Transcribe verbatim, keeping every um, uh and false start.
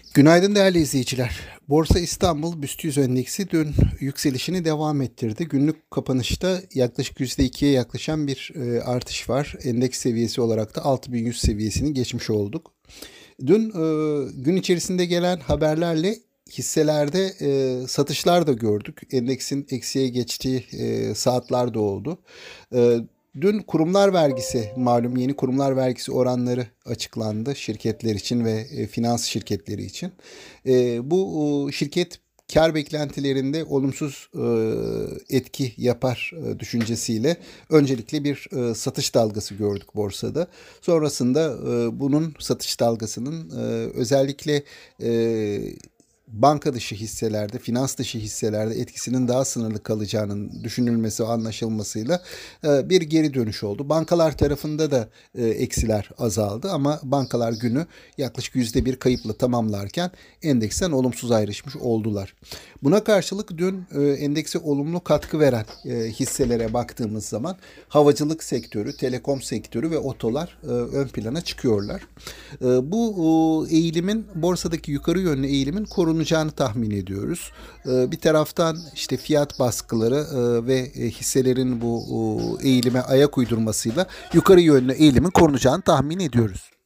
Günaydın değerli izleyiciler. Borsa İstanbul BIST yüz endeksi dün yükselişini devam ettirdi. Günlük kapanışta yaklaşık yüzde ikiye yaklaşan bir e, artış var. Endeks seviyesi olarak da altı bin yüz seviyesini geçmiş olduk. Dün e, gün içerisinde gelen haberlerle hisselerde e, satışlar da gördük. Endeksin eksiye geçtiği e, saatler de oldu. E, Dün kurumlar vergisi, malum yeni kurumlar vergisi oranları açıklandı şirketler için ve e, finans şirketleri için. E, bu o, şirket kar beklentilerinde olumsuz e, etki yapar e, düşüncesiyle öncelikle bir e, satış dalgası gördük borsada. Sonrasında e, bunun satış dalgasının e, özellikle e, banka dışı hisselerde, finans dışı hisselerde etkisinin daha sınırlı kalacağının düşünülmesi ve anlaşılmasıyla e, bir geri dönüş oldu. Bankalar tarafında da e, eksiler azaldı ama bankalar günü yaklaşık yüzde bir kayıpla tamamlarken endeksten olumsuz ayrışmış oldular. Buna karşılık dün e, endekse olumlu katkı veren e, hisselere baktığımız zaman havacılık sektörü, telekom sektörü ve otolar e, ön plana çıkıyorlar. E, bu e, eğilimin borsadaki yukarı yönlü eğilimin korunacağını tahmin ediyoruz. E, bir taraftan işte fiyat baskıları e, ve e, hisselerin bu e, eğilime ayak uydurmasıyla yukarı yönlü eğilimin korunacağını tahmin ediyoruz.